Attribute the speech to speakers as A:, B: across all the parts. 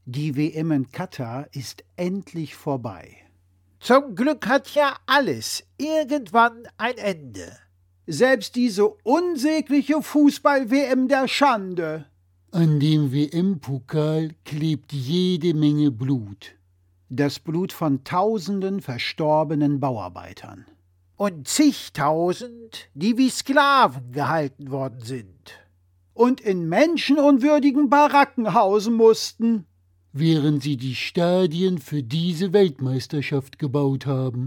A: Die WM in Katar ist endlich vorbei.
B: Zum Glück hat ja alles irgendwann ein Ende.
A: Selbst diese unsägliche Fußball-WM der Schande.
C: An dem WM-Pokal klebt jede Menge Blut.
A: Das Blut von tausenden verstorbenen Bauarbeitern.
B: Und zigtausend, die wie Sklaven gehalten worden sind.
A: Und in menschenunwürdigen Baracken hausen mussten.
C: Während sie die Stadien für diese Weltmeisterschaft gebaut haben.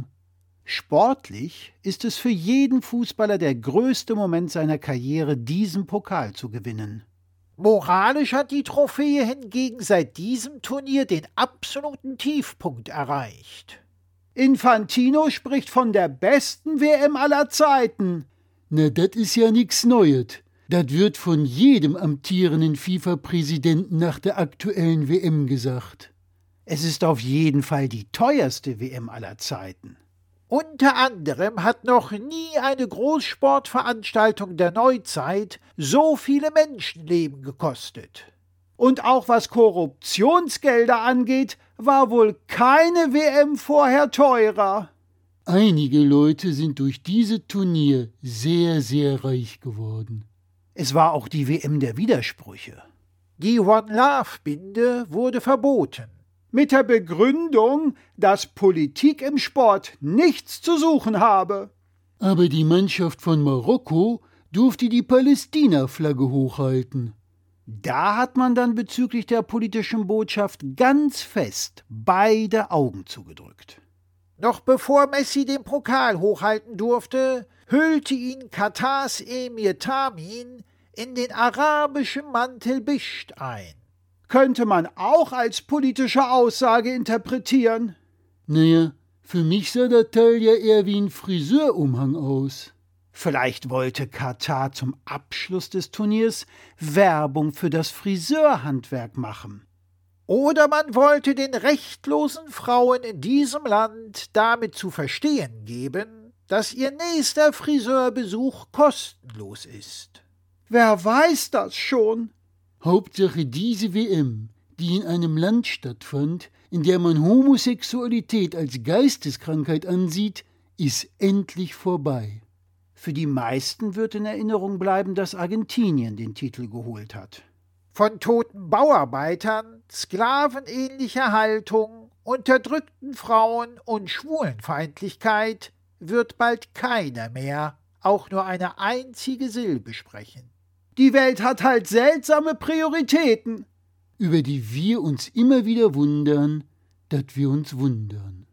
A: Sportlich ist es für jeden Fußballer der größte Moment seiner Karriere, diesen Pokal zu gewinnen.
B: Moralisch hat die Trophäe hingegen seit diesem Turnier den absoluten Tiefpunkt erreicht.
A: Infantino spricht von der besten WM aller Zeiten.
C: Na, das ist ja nix Neues. Das wird von jedem amtierenden FIFA-Präsidenten nach der aktuellen WM gesagt.
A: Es ist auf jeden Fall die teuerste WM aller Zeiten.
B: Unter anderem hat noch nie eine Großsportveranstaltung der Neuzeit so viele Menschenleben gekostet.
A: Und auch was Korruptionsgelder angeht, war wohl keine WM vorher teurer.
C: Einige Leute sind durch dieses Turnier sehr, sehr reich geworden.
A: Es war auch die WM der Widersprüche.
B: Die One-Love-Binde wurde verboten.
A: Mit der Begründung, dass Politik im Sport nichts zu suchen habe.
C: Aber die Mannschaft von Marokko durfte die Palästina-Flagge hochhalten.
A: Da hat man dann bezüglich der politischen Botschaft ganz fest beide Augen zugedrückt.
B: Noch bevor Messi den Pokal hochhalten durfte, hüllte ihn Katars Emir Tamin in den arabischen Mantel Bischt ein.
A: Könnte man auch als politische Aussage interpretieren.
C: Naja, für mich sah der Teil ja eher wie ein Friseurumhang aus.
A: Vielleicht wollte Katar zum Abschluss des Turniers Werbung für das Friseurhandwerk machen.
B: Oder man wollte den rechtlosen Frauen in diesem Land damit zu verstehen geben, dass ihr nächster Friseurbesuch kostenlos ist.
A: Wer weiß das schon?
C: Hauptsache diese WM, die in einem Land stattfand, in der man Homosexualität als Geisteskrankheit ansieht, ist endlich vorbei.
A: Für die meisten wird in Erinnerung bleiben, dass Argentinien den Titel geholt hat.
B: Von toten Bauarbeitern, sklavenähnlicher Haltung, unterdrückten Frauen und Schwulenfeindlichkeit wird bald keiner mehr auch nur eine einzige Silbe sprechen.
A: Die Welt hat halt seltsame Prioritäten,
C: über die wir uns immer wieder wundern, dass wir uns wundern.